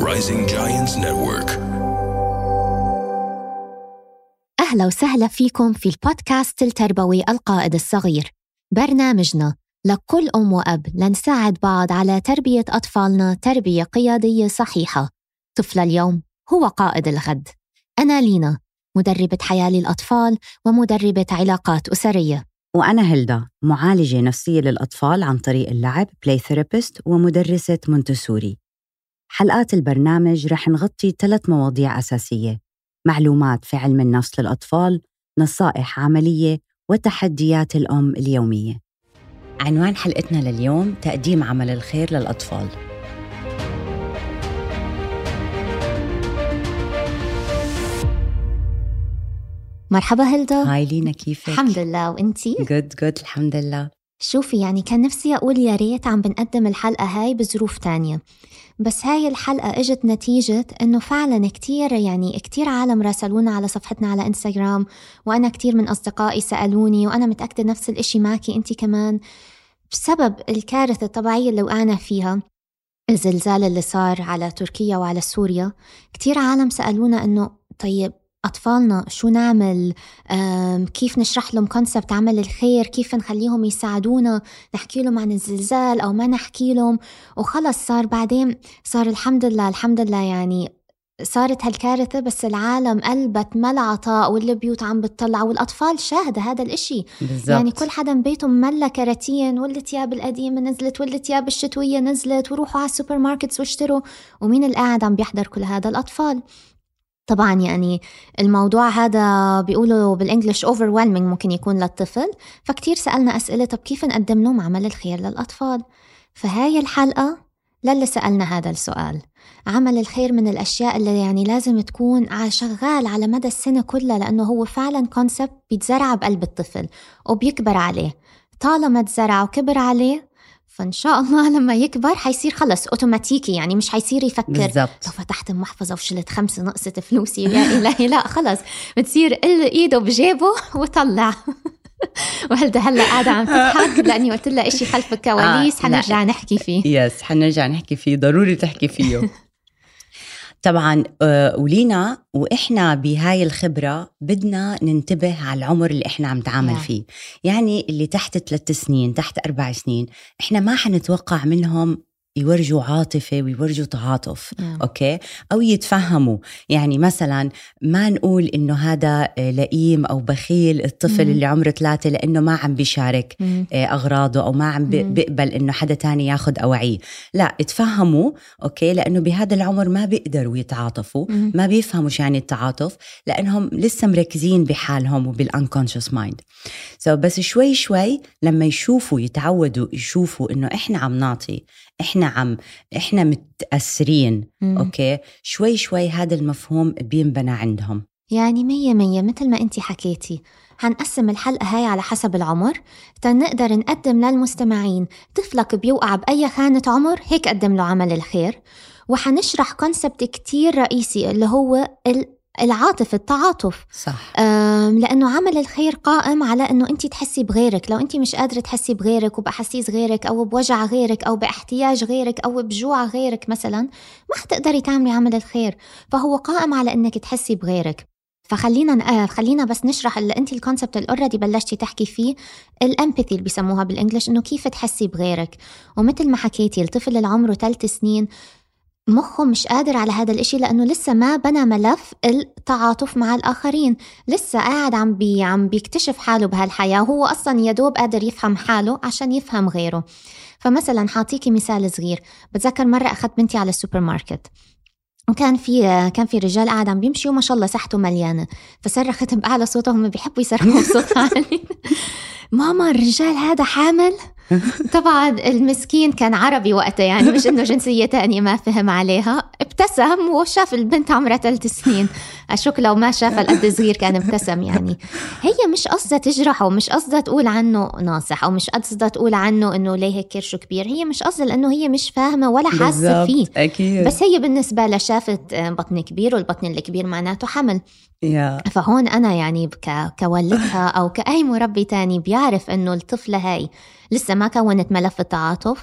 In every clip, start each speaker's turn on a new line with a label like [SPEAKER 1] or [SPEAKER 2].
[SPEAKER 1] Rising Giants Network.
[SPEAKER 2] أهلا وسهلا فيكم في البودكاست التربوي القائد الصغير، برنامجنا لكل أم وأب لنساعد بعض على تربية أطفالنا تربية قيادية صحيحة. طفل اليوم هو قائد الغد. أنا لينا، مدربة حياة للأطفال ومدربة علاقات أسرية.
[SPEAKER 3] وأنا هلدا، معالجة نفسية للأطفال عن طريق اللعب Play Therapist ومدرسة مونتسوري. حلقات البرنامج رح نغطي 3 مواضيع أساسية: معلومات في علم النفس للأطفال، نصائح عملية، وتحديات الأم اليومية. عنوان حلقتنا لليوم: تقديم عمل الخير للأطفال.
[SPEAKER 2] مرحبا هلدا.
[SPEAKER 3] هاي لينا، كيفك؟
[SPEAKER 2] الحمد لله، وإنتي؟
[SPEAKER 3] جود الحمد لله.
[SPEAKER 2] شوفي، يعني كان نفسي أقول يا ريت عم بنقدم الحلقة هاي بظروف تانية، بس هاي الحلقة اجت نتيجة إنه فعلاً كتير عالم راسلونا على صفحتنا على إنستغرام، وأنا كتير من أصدقائي سألوني، وأنا متأكدة نفس الإشي معكي أنتي كمان، بسبب الكارثة الطبيعية اللي وقعنا فيها، الزلزال اللي صار على تركيا وعلى سوريا. كتير عالم سألونا إنه طيب أطفالنا شو نعمل؟ كيف نشرح لهم كونسبت عمل الخير؟ كيف نخليهم يساعدونا؟ نحكي لهم عن الزلزال أو ما نحكي لهم؟ وخلص صار الحمد لله يعني صارت هالكارثة، بس العالم قلبت ملعطاء، والبيوت عم بتطلع، والأطفال شاهدة هذا الإشي بالزبط. يعني كل حدا بيته مملى كراتين، والثياب القديمة نزلت والثياب الشتوية نزلت، وروحوا على السوبر ماركتس واشتروا، ومين القاعد عم بيحضر كل هذا؟ الأطفال. طبعا يعني الموضوع هذا بيقولوا بالإنجليش overwhelming ممكن يكون للطفل، فكتير سألنا أسئلة، طب كيف نقدم لهم عمل الخير للأطفال؟ فهاي الحلقة للي سألنا هذا السؤال. عمل الخير من الأشياء اللي يعني لازم تكون شغال على مدى السنة كلها، لأنه هو فعلا كونسبت بيتزرع بقلب الطفل وبيكبر عليه. طالما تزرع وكبر عليه، فإن شاء الله لما يكبر حيصير خلص أوتوماتيكي، يعني مش حيصير يفكر
[SPEAKER 3] بالزبط.
[SPEAKER 2] لو فتحت المحفظة وشلت 5 نقصت فلوسي يا إلهي، لا خلص بتصير إيده بجيبه وطلع. وهلدا هلأ قاعدة عم تضحك لأني قلت لها إشي خلف الكواليس حنرجع نحكي فيه.
[SPEAKER 3] حنرجع نحكي فيه، ضروري تحكي فيه. طبعا ولينا، وإحنا بهاي الخبرة بدنا ننتبه على العمر اللي إحنا عم نتعامل فيه. يعني اللي تحت 3 سنين، تحت 4 سنين، إحنا ما حنتوقع منهم يورجوا عاطفة ويورجوا تعاطف. أوكي؟ أو يتفهموا. يعني مثلا ما نقول إنه هذا لئيم أو بخيل الطفل اللي عمره 3 لأنه ما عم بيشارك أغراضه، أو ما عم بيقبل إنه حدا تاني ياخد أوعيه. لا، يتفهموا. أوكي؟ لأنه بهذا العمر ما بيقدروا يتعاطفوا، ما بيفهموا شو يعني التعاطف، لأنهم لسه مركزين بحالهم وبالunconscious mind. بس شوي لما يتعودوا يشوفوا إنه إحنا عم نعطي، إحنا متأثرين. أوكي؟ شوي هذا المفهوم بينبنى عندهم.
[SPEAKER 2] يعني 100 مثل ما أنتي حكيتي. هنقسم الحلقة هاي على حسب العمر، تنقدر نقدم للمستمعين طفلك بيوقع بأي خانة عمر، هيك قدم له عمل الخير. وحنشرح كونسبت كتير رئيسي اللي هو العاطفة، التعاطف.
[SPEAKER 3] صح.
[SPEAKER 2] لأنه عمل الخير قائم على أنه أنت تحسي بغيرك. لو أنت مش قادرة تحسي بغيرك وبأحاسيس غيرك، أو بوجع غيرك، أو باحتياج غيرك، أو بجوع غيرك مثلا، ما حتقدري تعملي عمل الخير. فهو قائم على أنك تحسي بغيرك. فخلينا بس نشرح اللي أنت الكونسبت اللي already بلشتي تحكي فيه، الامباثي اللي بيسموها بالإنجليش، إنه كيف تحسي بغيرك. ومثل ما حكيتي، الطفل اللي عمره 3 سنين مخه مش قادر على هذا الاشي، لأنه لسه ما بنى ملف التعاطف مع الآخرين، لسه قاعد عم بيكتشف حاله بهالحياة، وهو أصلا يدوب قادر يفهم حاله عشان يفهم غيره. فمثلا حاعطيكي مثال صغير. بتذكر مرة أخذت بنتي على السوبر ماركت، وكان في رجال قاعد عم بيمشي، وما شاء الله صحته مليانة، فصرخت بأعلى صوتهم، بيحبوا يصرخوا بصوت عالي: ماما الرجال هذا حامل. طبعا المسكين كان عربي وقتها، يعني مش انه جنسية تانية، ما فهم عليها، ابتسم وشاف البنت عمرها 3 سنين. أشك لو ما شاف القد صغير كان ابتسم. يعني هي مش قصدها تجرحه، ومش قصدها تقول عنه ناصح، أو مش قصدها تقول عنه إنه ليه هيك كرشه كبير. هي مش قصدها، لأنه هي مش فاهمة ولا حاسة فيه.
[SPEAKER 3] أكيد.
[SPEAKER 2] بس هي بالنسبة لها شافت بطن كبير، والبطن الكبير معناته حمل. فهون أنا يعني كوالدها أو كأي مربي تاني بيعرف إنه الطفلة هاي لسه ما كونت ملف التعاطف،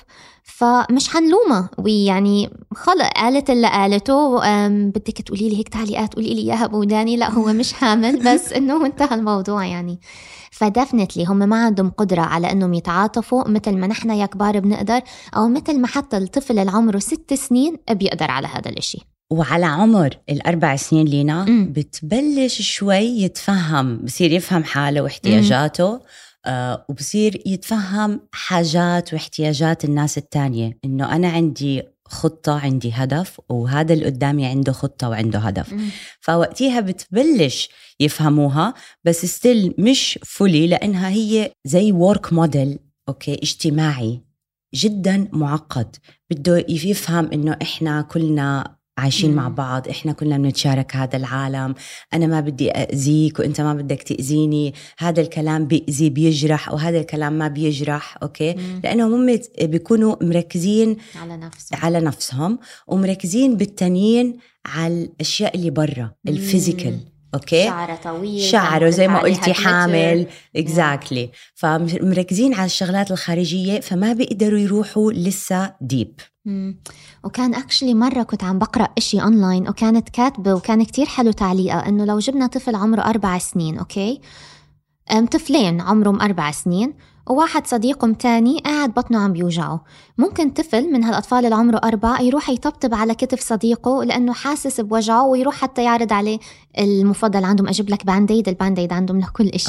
[SPEAKER 2] فمش حنلومها، ويعني خلق قالت اللي قالته. بدك تقولي لي هيك تعليقات قولي لي إياها بوداني، لا هو مش حامل بس إنه انتهى الموضوع يعني. فدفنتلي هم ما عندهم قدرة على إنهم يتعاطفوا مثل ما نحن يا كبار بنقدر، أو مثل ما حتى الطفل العمره 6 سنين بيقدر على هذا الإشي.
[SPEAKER 3] وعلى عمر 4 سنين لينا بتبلش شوي يتفهم، بصير يفهم حاله واحتياجاته، وبصير يتفهم حاجات واحتياجات الناس التانية، إنه أنا عندي خطة، عندي هدف، وهذا اللي قدامي عنده خطة وعنده هدف. فوقتها بتبلش يفهموها، بس ستيل مش فولي، لأنها هي زي work model أوكي اجتماعي جدا معقد. بده يفهم إنه إحنا كلنا عايشين مع بعض، إحنا كلنا بنتشارك هذا العالم، أنا ما بدي أذيك وإنت ما بدك تأذيني، هذا الكلام بيأذي بيجرح وهذا الكلام ما بيجرح أوكي. لأنهم هم بيكونوا مركزين على نفسهم ومركزين بالتانيين على الأشياء اللي برا الفيزيكال أوكي.
[SPEAKER 2] شعره طويل،
[SPEAKER 3] شعره زي ما قلتي حامل exactly. فمركزين على الشغلات الخارجية، فما بيقدروا يروحوا لسه ديب.
[SPEAKER 2] وكان أكشلي مرة كنت عم بقرأ إشي أونلاين، وكانت كاتبة وكان كتير حلو تعليقة إنه لو جبنا طفل عمره 4 سنين أوكي، طفلين عمرهم 4 سنين وواحد صديقهم تاني قاعد بطنه عم بيوجعه، ممكن طفل من هالأطفال اللي عمره 4 يروح يطبطب على كتف صديقه لأنه حاسس بوجعه، ويروح حتى يعرض عليه المفضل عندهم، أجيب لك بانديد، البانديد عندهم لكل إشي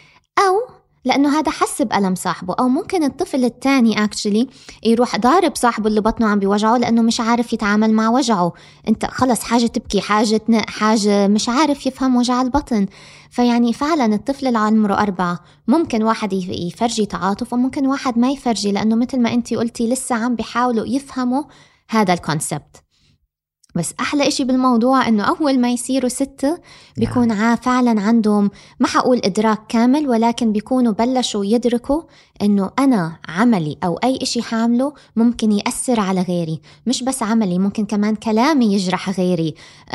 [SPEAKER 2] أو لأنه هذا حس بألم صاحبه. أو ممكن الطفل الثاني اكشلي يروح ضارب صاحبه اللي بطنه عم بيوجعه لأنه مش عارف يتعامل مع وجعه. انت خلص حاجة تبكي، حاجة تنق، حاجة مش عارف يفهم وجع البطن. فيعني فعلا الطفل اللي عمره 4 ممكن واحد يفرجي تعاطف وممكن واحد ما يفرجي، لأنه مثل ما انتي قلتي لسه عم بيحاولوا يفهموا هذا الكونسبت. بس أحلى إشي بالموضوع إنه أول ما يصيروا 6 بيكون فعلا عندهم، ما حقول إدراك كامل، ولكن بيكونوا بلشوا يدركوا إنه أنا عملي أو أي إشي حامله ممكن يأثر على غيري، مش بس عملي، ممكن كمان كلامي يجرح غيري.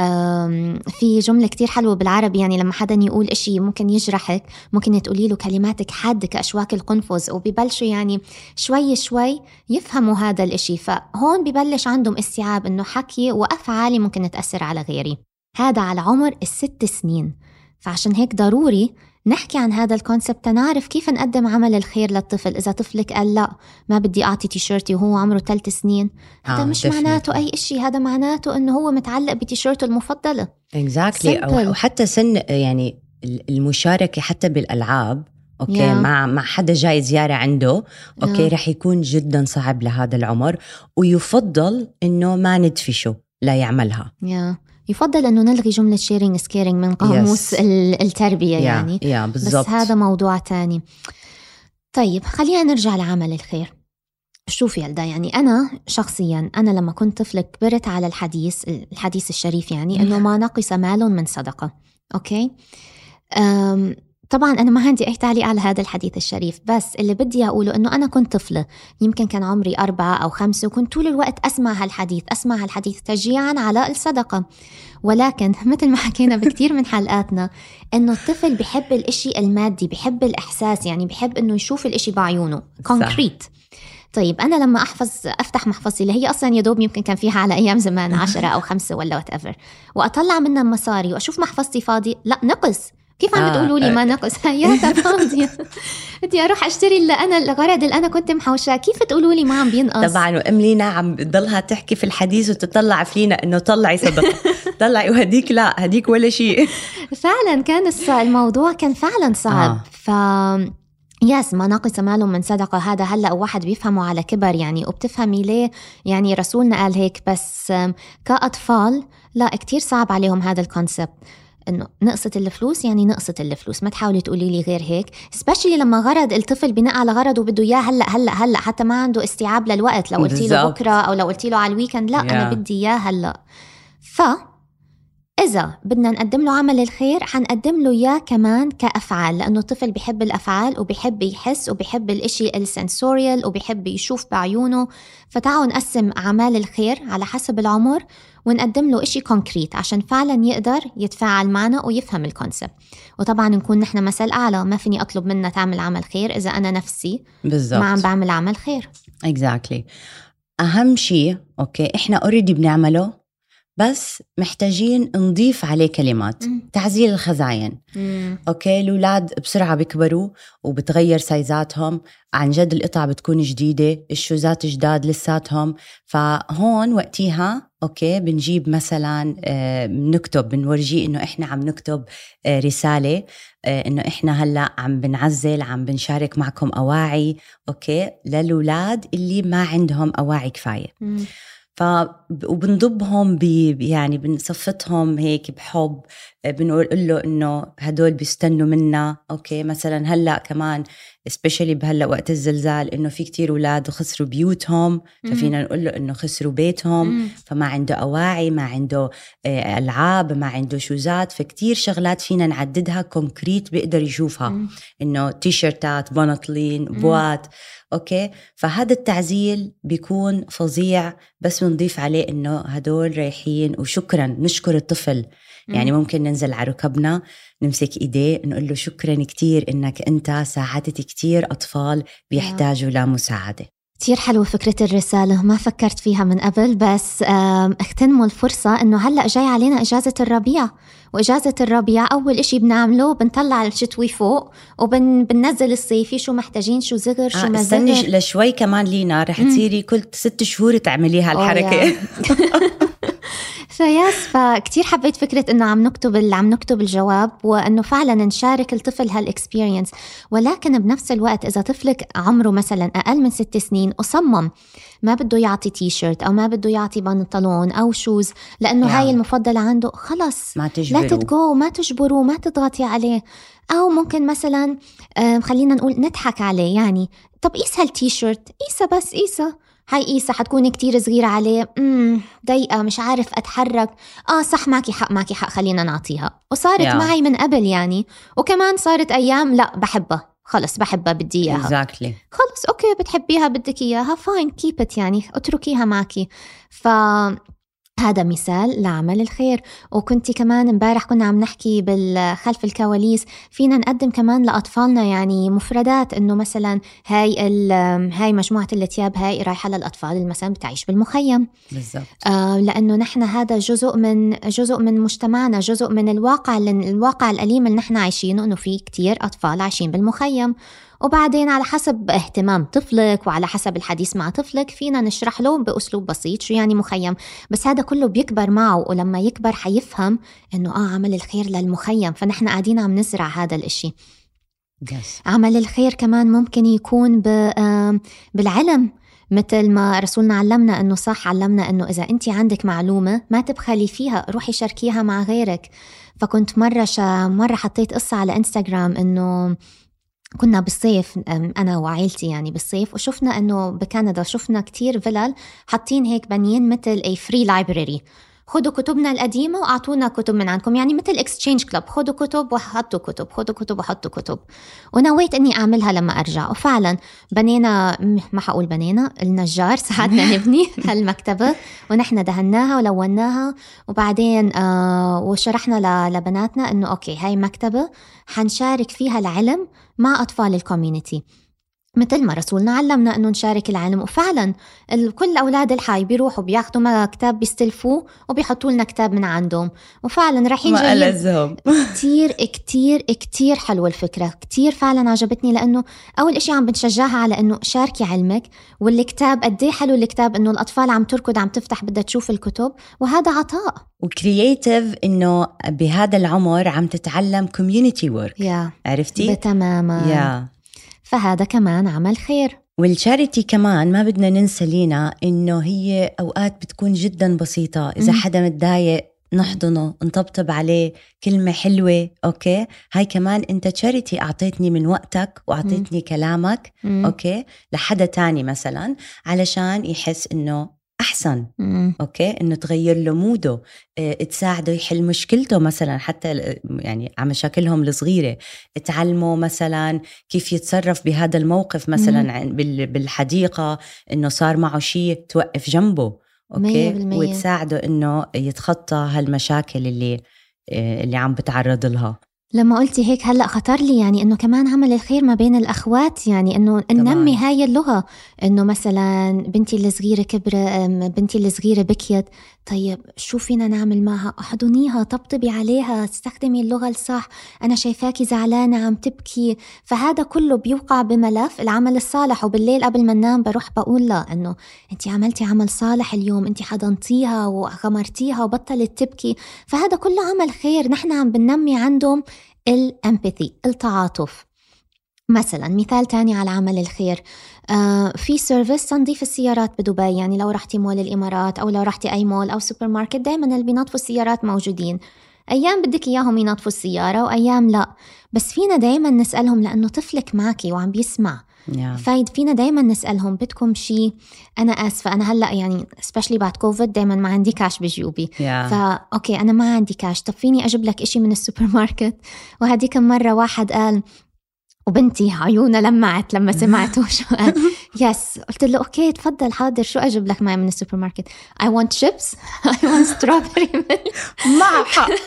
[SPEAKER 2] في جملة كتير حلوة بالعربي، يعني لما حدا يقول إشي ممكن يجرحك، ممكن تقولي له كلماتك حادة كأشواك القنفذ، وبيبلشوا يعني شوي شوي يفهموا هذا الإشي. فهون ببلش عندهم استيعاب إنه حكي وأفعالي ممكن تأثر على غيري. هذا على عمر 6 سنين. فعشان هيك ضروري نحكي عن هذا الكونسبت، نعرف كيف نقدم عمل الخير للطفل. إذا طفلك قال لا ما بدي أعطي تيشيرتي وهو عمره 3 سنين، هذا مش معناته أي إشي، هذا معناته إنه هو متعلق بتيشيرته المفضلة.
[SPEAKER 3] exactly. وحتى سن يعني المشاركة حتى بالألعاب أوكي مع حدا جاي زيارة عنده أوكي رح يكون جدا صعب لهذا العمر، ويفضل إنه ما ندفشه لا يعملها.
[SPEAKER 2] يفضل أنه نلغي جملة sharing is caring من قاموس التربية يعني.
[SPEAKER 3] بالزبط.
[SPEAKER 2] بس هذا موضوع تاني. طيب خلينا نرجع لعمل الخير. شوفي يلدا، يعني أنا شخصيا أنا لما كنت طفلة كبرت على الحديث الشريف، يعني أنه ما نقص مال من صدقة أوكي. طبعا أنا ما عندي أي تعليق على هذا الحديث الشريف، بس اللي بدي أقوله أنه أنا كنت طفلة، يمكن كان عمري 4 أو 5، وكنت طول الوقت أسمع هالحديث تشجيعا على الصدقة. ولكن مثل ما حكينا بكتير من حلقاتنا أنه الطفل بيحب الإشي المادي، بيحب الإحساس، يعني بيحب أنه يشوف الإشي بعيونه كونكريت. طيب أنا لما أفتح محفظتي اللي هي أصلا يدوب يمكن كان فيها على أيام زمان 10 أو 5 ولا whatever، وأطلع منها مصاري وأشوف محفظتي فاضي، لا نقص. كيف عم بتقولوا لي ما نقص؟ يا فاضية بدي أروح أشتري اللي أنا الغرض اللي أنا كنت محوشاه، كيف تقولوا لي ما عم بينقص؟
[SPEAKER 3] طبعا وأملينا عم تضلها تحكي في الحديث وتطلع فينا إنه طلعي صدقة طلعي، وهديك لا هديك ولا شيء.
[SPEAKER 2] فعلا كان الموضوع كان فعلا صعب. ياس ما ناقص ماله من صدقة، هذا هلأ واحد بيفهمه على كبر يعني، وبتفهمي ليه يعني رسولنا قال هيك. بس كأطفال لا كتير صعب عليهم هذا الكونسبت، إنه نقصت الفلوس يعني نقصت الفلوس، ما تحاولي تقولي لي غير هيك. especially لما غرض الطفل بناء على غرض وبده إياه هلأ حتى ما عنده استيعاب للوقت. لو قلتي له بكرة أو لو قلتي له على الويكند لا أنا بدي إياه هلأ. إذا إذا بدنا نقدم له عمل الخير حنقدم له إياه كمان كأفعال، لأنه الطفل بيحب الأفعال وبيحب يحس وبيحب الإشي السنسوريال وبيحب يشوف بعيونه. فتعالوا نقسم أعمال الخير على حسب العمر ونقدم له إشي كونكريت عشان فعلا يقدر يتفاعل معنا ويفهم الكونسبت. وطبعا نكون نحن مثل أعلى، ما فيني أطلب منها تعمل عمل خير إذا أنا نفسي
[SPEAKER 3] بالزبط.
[SPEAKER 2] ما عم بعمل عمل خير.
[SPEAKER 3] exactly. أهم شيء أوكي إحنا already بنعمله، بس محتاجين نضيف عليه كلمات. تعزيل الخزاين. أوكي، الأولاد بسرعة بيكبروا وبتغير سايزاتهم، عن جد القطع بتكون جديدة، الشوزات جداد لساتهم. فهون وقتها أوكي بنجيب مثلا نكتب، بنورجيه إنه إحنا عم نكتب رسالة، إنه إحنا هلأ عم بنعزل، عم بنشارك معكم أواعي أوكي للأولاد اللي ما عندهم أواعي كفاية. وبنضبهم يعني بنصفتهم هيك بحب، بنقول له إنه هدول بيستنوا منا. أوكي، مثلا هلأ كمان especially بهلأ وقت الزلزال إنه في كتير أولاد خسروا بيوتهم، ففينا نقول له إنه خسروا بيتهم، فما عنده أواعي، ما عنده ألعاب، ما عنده شوزات. فكتير شغلات فينا نعددها كونكريت بيقدر يشوفها، إنه تيشيرتات، بنطلين، بوات. أوكي، فهذا التعزيل بيكون فظيع، بس بنضيف عليه إنه هدول رايحين وشكرا، نشكر الطفل. يعني ممكن ننزل على ركبنا نمسك إيديه نقول له شكرا كتير إنك أنت ساعدت كتير أطفال بيحتاجوا لمساعدة.
[SPEAKER 2] كتير حلوة فكرة الرسالة، ما فكرت فيها من قبل، بس اغتنموا الفرصة إنه هلأ جاي علينا إجازة الربيع، وإجازة الربيع أول إشي بنعمله بنطلع الشتوي فوق وبننزل الصيفي، شو محتاجين، شو زغر، شو ما زغر.
[SPEAKER 3] استني لشوي كمان لينا رح تصيري كل 6 شهور تعمليها الحركة.
[SPEAKER 2] فكتير حبيت فكرة إنه عم نكتب الجواب، وإنه فعلا نشارك الطفل هالإكسبيرينس. ولكن بنفس الوقت إذا طفلك عمره مثلا أقل من 6 سنين وصمم ما بده يعطي تيشيرت أو ما بده يعطي بنطلون أو شوز لأنه هاي المفضلة عنده، خلص لا تتجو، ما تجبروه، ما تضغطي عليه. أو ممكن مثلا خلينا نقول نضحك عليه، يعني طب قيس هالتيشيرت، قيسة بس قيسة، هاي قيسة حتكوني كتير صغيرة عليه، ضيقة، مش عارف أتحرك، صح معكي حق خلينا نعطيها. وصارت معي من قبل يعني، وكمان صارت أيام لا بحبها، خلص بحبها بدي إياها. خلص أوكي بتحبيها بدك إياها، فاين كيبت، يعني اتركيها معكي. هذا مثال لعمل الخير. وكنتي كمان امبارح كنا عم نحكي بالخلف الكواليس، فينا نقدم كمان لأطفالنا يعني مفردات، إنه مثلا هاي مجموعة الثياب هاي رايحة للأطفال اللي مثلا بتعيش بالمخيم.
[SPEAKER 3] بالضبط.
[SPEAKER 2] لأنه نحن هذا جزء من مجتمعنا، جزء من الواقع الأليم اللي نحن عايشينه، إنه في كتير أطفال عايشين بالمخيم. وبعدين على حسب اهتمام طفلك وعلى حسب الحديث مع طفلك فينا نشرح له بأسلوب بسيط شو يعني مخيم. بس هذا كله بيكبر معه، ولما يكبر حيفهم إنه عمل الخير للمخيم، فنحن قاعدين عم نزرع هذا الإشي. عمل الخير كمان ممكن يكون بالعلم، مثل ما رسولنا علمنا إنه علمنا إنه إذا أنت عندك معلومة ما تبخلي فيها، روحي شاركيها مع غيرك. فكنت مرة حطيت قصة على إنستغرام إنه كنا بالصيف أنا وعائلتي يعني بالصيف، وشفنا أنه بكندا شفنا كتير فلل حاطين هيك بنيين مثل أي فري لايبراري، خدوا كتبنا القديمة وأعطونا كتب من عندكم، يعني مثل اكسشينج كلوب، خدوا كتب وحطوا كتب، خدوا كتب وحطوا كتب. ونويت أني أعملها لما أرجع، وفعلا بنينا، ما حقول بنينا، النجار ساعدنا نبني هالمكتبة، ونحن دهناها ولوناها، وبعدين وشرحنا لبناتنا أنه أوكي هاي مكتبة حنشارك فيها العلم مع أطفال الكوميونيتي، مثل ما رسولنا علمنا أنه نشارك العلم. وفعلا كل أولاد الحي بيروحوا بياخدوا كتاب بيستلفوه وبيحطوا لنا كتاب من عندهم، وفعلا رايحين جايين. كتير كتير كتير حلوة الفكرة، كتير فعلا عجبتني، لأنه أول إشي عم بنشجعها على أنه شاركي علمك، والكتاب قديه حلو الكتاب، أنه الأطفال عم تركض عم تفتح بدها تشوف الكتب، وهذا عطاء.
[SPEAKER 3] وكرييتيف إنه بهذا العمر عم تتعلم كوميونيتي وورك. عرفتي؟
[SPEAKER 2] تماما. فهذا كمان عمل خير.
[SPEAKER 3] والشاريتي كمان ما بدنا ننسى لينا إنه هي أوقات بتكون جدا بسيطة. إذا حدا متضايق نحضنه، نطبطب عليه، كلمة حلوة. أوكي، هاي كمان أنت تشاريتي، أعطيتني من وقتك وأعطيتني كلامك أوكي لحدا تاني مثلا، علشان يحس إنه أحسن. أوكي، إنه تغير له موده، تساعده يحل مشكلته مثلا، حتى يعني على مشاكلهم الصغيرة، تعلمه مثلا كيف يتصرف بهذا الموقف مثلا بالحديقة، إنه صار معه شيء توقف جنبه. أوكي، وتساعده إنه يتخطى هالمشاكل اللي عم بتعرض لها.
[SPEAKER 2] لما قلتي هيك هلأ خطر لي يعني إنه كمان عمل الخير ما بين الأخوات، يعني إنه ننمي هاي اللغة، إنه مثلا بنتي الصغيرة كبرت، بنتي الصغيرة بكيت، طيب شو فينا نعمل معها؟ احضنيها، طبطبي عليها، استخدمي اللغة الصح، أنا شايفاكي زعلانة عم تبكي. فهذا كله بيوقع بملف العمل الصالح، وبالليل قبل ما ننام بروح بقول لها إنه أنتي عملتي عمل صالح اليوم، أنتي حضنتيها وغمرتيها وبطلت تبكي. فهذا كله عمل خير، نحن عم بننمي عندهم الامباثي، التعاطف. مثلا مثال تاني على عمل الخير، في سيرفيس تنظيف السيارات بدبي، يعني لو رحتي مول الإمارات أو لو رحتي أي مول أو سوبر ماركت، دايما اللي بينظفوا السيارات موجودين. أيام بدك إياهم ينظفوا السيارة وأيام لا، بس فينا دايما نسألهم لأنه طفلك معكي وعم بيسمع. فينا دايما نسألهم بدكم شيء؟ أنا آسفة، أنا هلأ يعني especially بعد كوفيد دايما ما عندي كاش بجيوبي، أوكي أنا ما عندي كاش، طب فيني أجيب لك إشي من السوبر ماركت؟ وهذه كم مرة واحد قال، وبنتي عيونها لمعت لما سمعته شو قال. يس، قلت له أوكي تفضل حاضر، شو أجيب لك معي من السوبر ماركت؟ I want chips, I want strawberry milk.
[SPEAKER 3] معه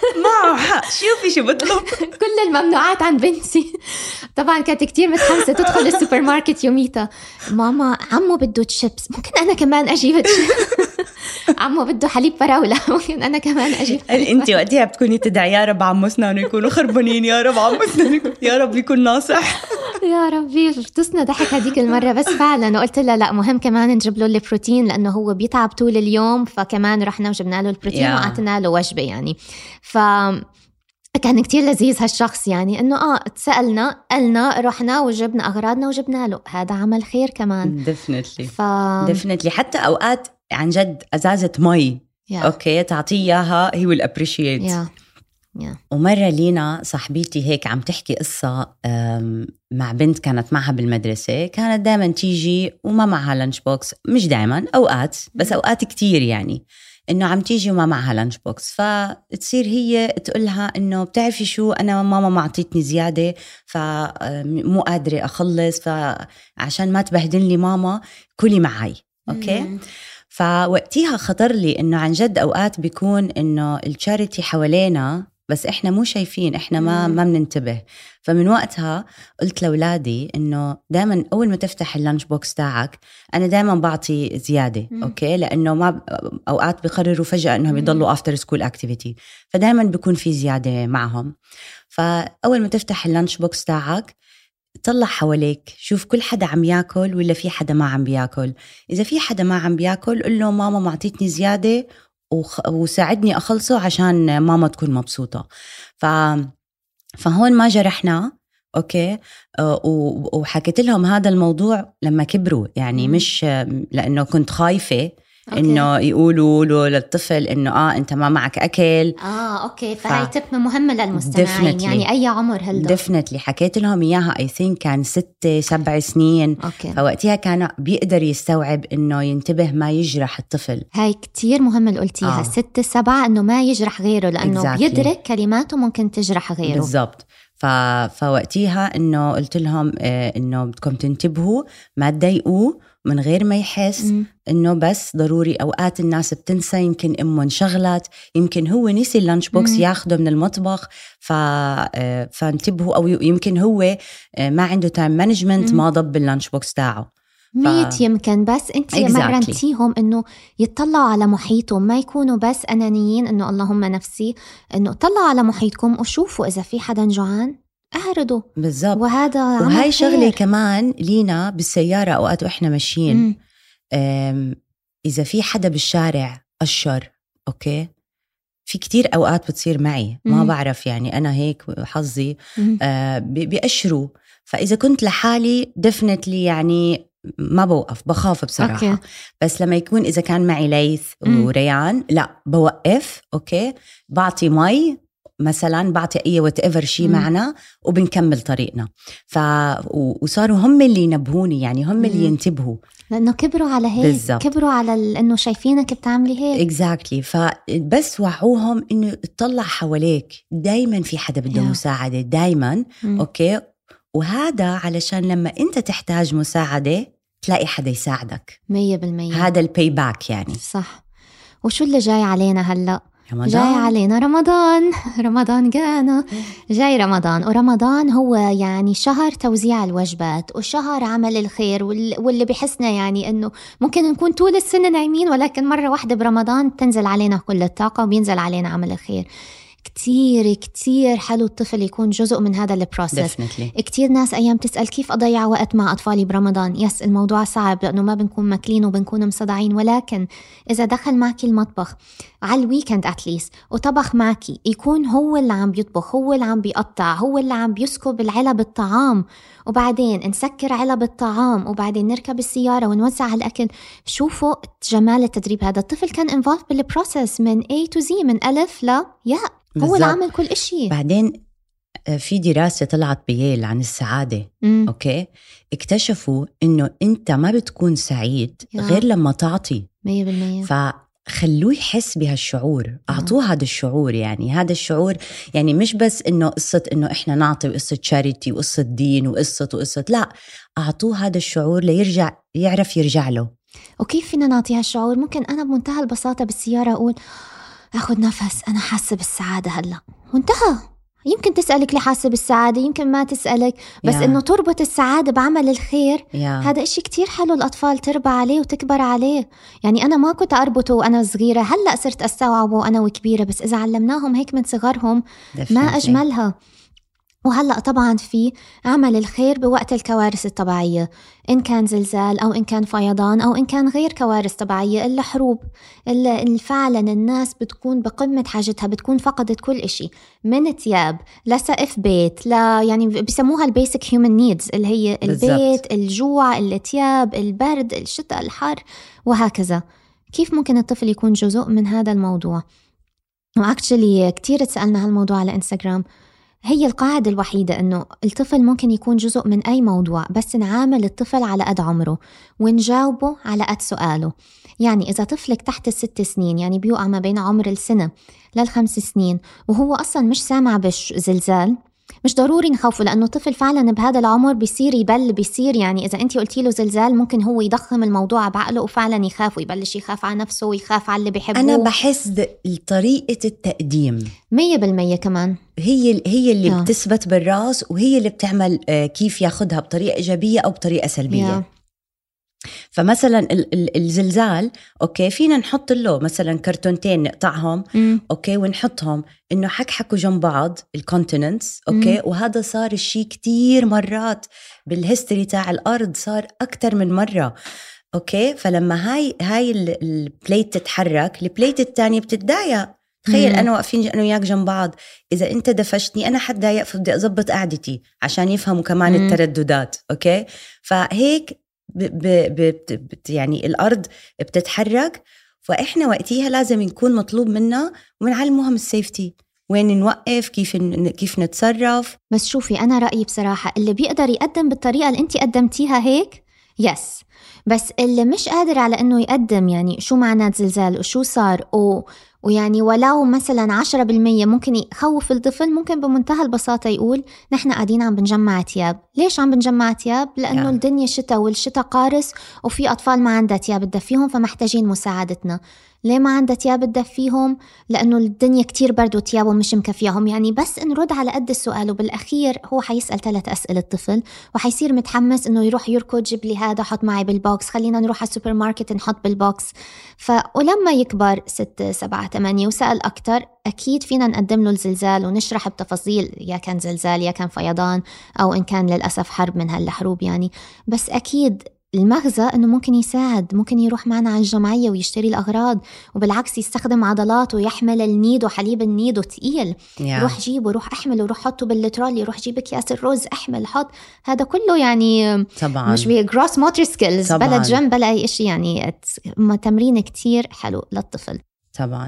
[SPEAKER 3] حق شوفي شو بطلب.
[SPEAKER 2] كل الممنوعات عن بنتي. طبعا كانت كتير متحمسة تدخل السوبر ماركت يوميتها. ماما عمو بده تشيبس، ممكن أنا كمان أجيب تشيبس. عمو بده حليب فراولة، ممكن أنا كمان أجيب.
[SPEAKER 3] أنت وقتها بتكوني تدعي يا رب عمو أسنانه يكونوا خربانين، يا رب عمو أسنانه يا رب يكون ناصح.
[SPEAKER 2] يا ربي بتصنا ضحك هديك المرة. بس فعلا قلت له لا، مهم كمان نجيب له البروتين لأنه هو بيتعب طول اليوم، فكمان رحنا وجبنا له البروتين وعطينا له وجبة يعني. كان كتير لذيذ هالشخص، يعني إنه تسألنا، قلنا، رحنا وجبنا أغراضنا وجبنا له. هذا عمل خير كمان.
[SPEAKER 3] definitely حتى أوقات عن جد أزازة مي أوكي تعطيه إياها هي والأبريشيت. ومرة لينا صاحبتي هيك عم تحكي قصة مع بنت كانت معها بالمدرسة، كانت دائما تيجي وما معها لانش بوكس، مش دائما، أوقات بس أوقات كتير يعني إنه عم تيجي وما معها لانش بوكس، فتصير هي تقولها إنه بتعرفي شو، أنا ماما ما عطيتني زيادة فمو قادرة أخلص، فعشان ما تبهدلني ماما كلي معي. أوكي. فوقتيها خطر لي إنه عن جد أوقات بيكون إنه الشاريتي حوالينا بس إحنا مو شايفين، إحنا ما بننتبه. فمن وقتها قلت لأولادي إنه دائما أول ما تفتح اللانش بوكس تاعك أنا دائما بعطي زيادة. أوكي، لأنه ما أوقات بيقرروا فجأة إنهم يضلوا after school activity، فدائما بيكون في زيادة معهم. فأول ما تفتح اللانش بوكس تاعك طلع حواليك، شوف كل حدا عم ياكل ولا في حدا ما عم بياكل. إذا في حدا ما عم بياكل قل له ماما ما عطيتني زيادة وساعدني أخلصه عشان ماما تكون مبسوطة. فهون ما جرحنا. أوكي. وحكيت لهم هذا الموضوع لما كبروا، يعني مش لأنه كنت خايفة إنه يقولوا له للطفل إنه أنت ما معك أكل.
[SPEAKER 2] أوكي. فهي تip مهمة للمستمعين، يعني أي عمر هل
[SPEAKER 3] definitely حكيت لهم إياها I think كان 6-7 سنين. فوقتها كان بيقدر يستوعب إنه ينتبه ما يجرح الطفل.
[SPEAKER 2] هاي كتير مهمة اللي قلتيها. 6-7 إنه ما يجرح غيره، لأنه بيدرك كلماته ممكن تجرح غيره.
[SPEAKER 3] بالضبط. فوقتها إنه قلت لهم إنه بدكم تنتبهوا، ما تضايقوه من غير ما يحس إنه بس ضروري. أوقات الناس بتنسى، يمكن أمه انشغلت، يمكن هو نسي اللانش بوكس ياخده من المطبخ، فانتبهوا. أو يمكن هو ما عنده تايم مانجمنت، ما ضب اللانش بوكس تاعه.
[SPEAKER 2] يمكن بس انت مرنتيهم انه يطلعوا على محيطهم، ما يكونوا بس انانيين انه اللهم نفسي، انه طلعوا على محيطكم وشوفوا اذا في حدا جوعان اعرضوا.
[SPEAKER 3] بالضبط.
[SPEAKER 2] وهاي
[SPEAKER 3] شغله كمان لينا بالسياره اوقات واحنا ماشيين، اذا في حدا بالشارع قشر، اوكي، في كتير اوقات بتصير معي، ما بعرف يعني انا هيك حظي، بيقشروا. فاذا كنت لحالي definitely يعني ما بوقف، بخاف بصراحة. أوكي. بس لما يكون إذا كان معي ليث وريان لا بوقف. أوكي، بعطي مي مثلا بعطي أي whatever شيء معنا وبنكمل طريقنا. وصاروا هم اللي ينبهوني، يعني هم اللي ينتبهوا،
[SPEAKER 2] لأنه كبروا على هيك بالزبط. كبروا على إنه شايفينك بتعملي هيك.
[SPEAKER 3] exactly. فبس وعوهم إنه تطلع حواليك دايما في حدا بده مساعدة دايما. أوكي، وهذا علشان لما أنت تحتاج مساعدة تلاقي حدا يساعدك
[SPEAKER 2] 100%.
[SPEAKER 3] هذا الباي باك يعني.
[SPEAKER 2] صح. وشو اللي جاي علينا هلأ؟
[SPEAKER 3] رمضان.
[SPEAKER 2] جاي علينا رمضان جانا، جاي رمضان. ورمضان هو يعني شهر توزيع الوجبات وشهر عمل الخير، واللي بحسنا يعني انه ممكن نكون طول السنة نايمين، ولكن مرة واحدة برمضان تنزل علينا كل الطاقة وبينزل علينا عمل الخير. كتير كتير حلو الطفل يكون جزء من هذا البروسيس. كتير ناس أيام تسأل كيف أضيع وقت مع أطفالي برمضان. يس، الموضوع صعب لأنه ما بنكون ماكلين وبنكون مصدعين، ولكن إذا دخل معكي المطبخ على الويكند أتليست وطبخ معكي، يكون هو اللي عم بيطبخ، هو اللي عم بيقطع، هو اللي عم بيسكب العلب الطعام، وبعدين نسكر علب الطعام، وبعدين نركب السيارة ونوزع الأكل. شوفوا جمال التدريب. هذا الطفل كان involved بالبروسيس من A to Z، من ألف لا ياء، هو اللي عمل كل إشي.
[SPEAKER 3] بعدين في دراسة طلعت بييل عن السعادة. أوكي، اكتشفوا إنه أنت ما بتكون سعيد غير لما تعطي
[SPEAKER 2] 100%.
[SPEAKER 3] فخلوه يحس بهالشعور، أعطوه هذا الشعور. يعني هذا الشعور يعني مش بس إنه قصة إنه إحنا نعطي وقصة شاريتي وقصة دين وقصة، لا، أعطوه هذا الشعور ليرجع يعرف يرجع له.
[SPEAKER 2] وكيف فينا نعطي هالشعور؟ ممكن أنا بمنتهى البساطة بالسيارة أقول أخذ نفس، أنا حاسة بالسعادة هلأ، وانتهى. يمكن تسألك ليه حاسة بالسعادة، يمكن ما تسألك، بس إنه تربط السعادة بعمل الخير. هذا إشي كتير حلو الأطفال تربى عليه وتكبر عليه. يعني أنا ما كنت أربطه وأنا صغيرة، هلأ صرت أستوعبه وأنا وكبيرة، بس إذا علمناهم هيك من صغرهم ما أجملها. وهلأ طبعا في عمل الخير بوقت الكوارث الطبيعية، إن كان زلزال أو إن كان فيضان أو إن كان غير كوارث طبيعية، الحروب اللي فعلا الناس بتكون بقمة حاجتها، بتكون فقدت كل إشي، من تياب لسقف بيت، لا يعني بيسموها البيسك هيومن نيدز، اللي هي البيت، الجوع، التياب، البرد، الشتاء، الحر، وهكذا. كيف ممكن الطفل يكون جزء من هذا الموضوع؟ وأكتشلي كتير تسألنا هالموضوع على إنستغرام. هي القاعدة الوحيدة إنه الطفل ممكن يكون جزء من أي موضوع، بس نعامل الطفل على قد عمره ونجاوبه على قد سؤاله. يعني إذا طفلك تحت 6 سنين، يعني بيوقع ما بين عمر السنة لل5 سنين وهو أصلا مش سامع بالزلزال، مش ضروري نخوفه، لأنه الطفل فعلا بهذا العمر بيصير يعني إذا أنتي قلتي له زلزال ممكن هو يضخم الموضوع بعقله وفعلا يخاف ويبلش يخاف على نفسه ويخاف على اللي بيحبوه.
[SPEAKER 3] أنا بحس طريقة التقديم
[SPEAKER 2] 100% كمان
[SPEAKER 3] هي اللي بتثبت بالراس، وهي اللي بتعمل كيف ياخدها بطريقة إيجابية أو بطريقة سلبية. فمثلا الزلزال أوكي، فينا نحط له مثلا كرتونتين نقطعهم أوكي ونحطهم إنه حكوا جنب بعض الكونتيننتس أوكي. وهذا صار الشيء كتير مرات بالهيستوري تاع الأرض، صار أكتر من مرة أوكي. فلما هاي البليت تتحرك، البليت الثانية بتتضايق. تخيل أنا واقفين أنا وياك جنب بعض، إذا أنت دفشتني أنا حتضايق، فبدي أضبط قعدتي عشان يفهموا كمان الترددات أوكي. فهيك يعني الأرض بتتحرك، فإحنا وقتها لازم نكون مطلوب منا ونعلموهم السيفتي، وين نوقف، كيف نتصرف.
[SPEAKER 2] بس شوفي، أنا رأيي بصراحة اللي بيقدر يقدم بالطريقة اللي أنتي قدمتيها هيك يس، بس اللي مش قادر على أنه يقدم يعني شو معنى زلزال وشو صار ويعني ولو مثلا 10% ممكن يخوف الطفل، ممكن بمنتهى البساطة يقول نحن قاعدين عم بنجمع تياب. ليش عم بنجمع تياب؟ لأنه الدنيا شتاء والشتاء قارس وفي أطفال ما عندها تياب تدفيهم فمحتاجين مساعدتنا. ليه ما عندها تياب تدفيهم؟ لأنه الدنيا كتير برد وتيابه مش مكفيهم. يعني بس نرد على قد السؤال، وبالأخير هو حيسأل 3 أسئلة الطفل وحيصير متحمس إنه يروح يركض جيب لي هذا حط معي بالبوكس، خلينا نروح على السوبر ماركت نحط بالبوكس. ولما يكبر 6 7 8 وسأل أكتر، أكيد فينا نقدم له الزلزال ونشرح بتفاصيل، يا كان زلزال يا كان فيضان أو إن كان للأسف حرب من هالحروب يعني. بس أكيد المغزى أنه ممكن يساعد، ممكن يروح معنا على الجمعية ويشتري الأغراض، وبالعكس يستخدم عضلاته ويحمل النيد وحليب النيد وتقيل روح جيبه، روح أحمله، روح حطه بالترولي، روح جيب أكياس الرز، أحمل حط. هذا كله يعني
[SPEAKER 3] طبعا
[SPEAKER 2] مش بجروس موتور سكيلز بلا جنب بلا أي إشي، يعني تمرين كتير حلو للطفل
[SPEAKER 3] طبعا.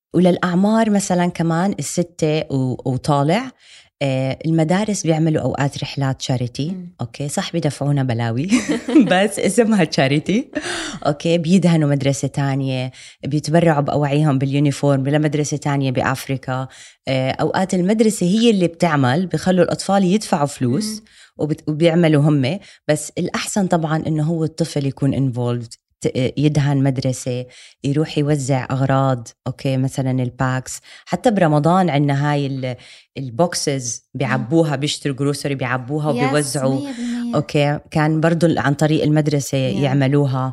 [SPEAKER 3] وللأعمار مثلا كمان 6 وطالع، المدارس بيعملوا أوقات رحلات شاريتي. أوكي صح بيدفعونا بلاوي بس اسمها شاريتي. أوكي بيدهنوا مدرسة تانية، بيتبرعوا بأوعيهم باليونيفورم لمدرسة تانية بأفريقيا. أوقات المدرسة هي اللي بتعمل، بيخلوا الأطفال يدفعوا فلوس وبيعملوا هم. بس الأحسن طبعا إنه هو الطفل يكون involved، يدهن مدرسة، يروح يوزع أغراض. أوكي مثلا الباكس، حتى برمضان عندنا هاي البوكسز بيعبوها، بيشتروا جروسري بيعبوها وبيوزعوا. أوكي كان برضو عن طريق المدرسة يعملوها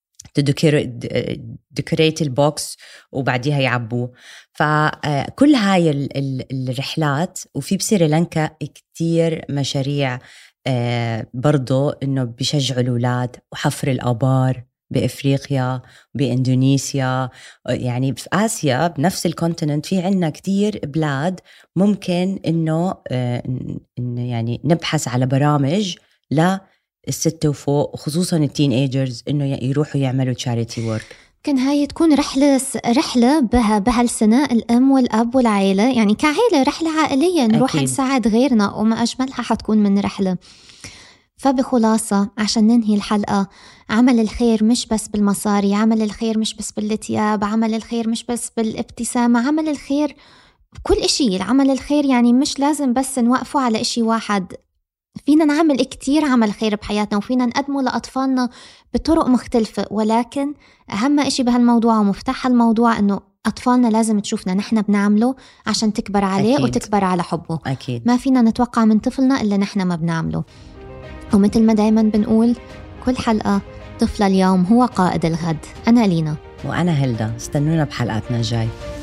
[SPEAKER 3] ديكوريت البوكس وبعديها يعبوه. فكل هاي الرحلات، وفي بسريلانكا كتير مشاريع برضو إنه بيشجعوا الأولاد، وحفر الآبار بإفريقيا بإندونيسيا. يعني في آسيا بنفس الكونتيننت في عنا كتير بلاد ممكن إنه يعني نبحث على برامج للستة وفوق، وخصوصا التين ايجرز، إنه يروحوا يعملوا تشاريتي وورك.
[SPEAKER 2] كان هاي تكون رحلة بهالسنة، الأم والأب والعائلة، يعني كعائلة رحلة عائلية نروح نساعد غيرنا، وما أجملها حتكون من رحلة. فبخلاصة عشان ننهي الحلقة، عمل الخير مش بس بالمصاري، عمل الخير مش بس بالثياب، عمل الخير مش بس بالابتسامة، عمل الخير بكل إشي. العمل الخير يعني مش لازم بس نوقفه على إشي واحد، فينا نعمل كتير عمل خير بحياتنا، وفينا نقدمه لأطفالنا بطرق مختلفة. ولكن أهم إشي بهالموضوع ومفتاح الموضوع إنه أطفالنا لازم تشوفنا نحن بنعمله عشان تكبر عليه. أكيد. وتكبر على حبه.
[SPEAKER 3] أكيد.
[SPEAKER 2] ما فينا نتوقع من طفلنا إلا نحن ما بنعمله. ومثل ما دايما بنقول كل حلقة، طفل اليوم هو قائد الغد. أنا لينا.
[SPEAKER 3] وأنا هيلدا. استنونا بحلقاتنا الجاي.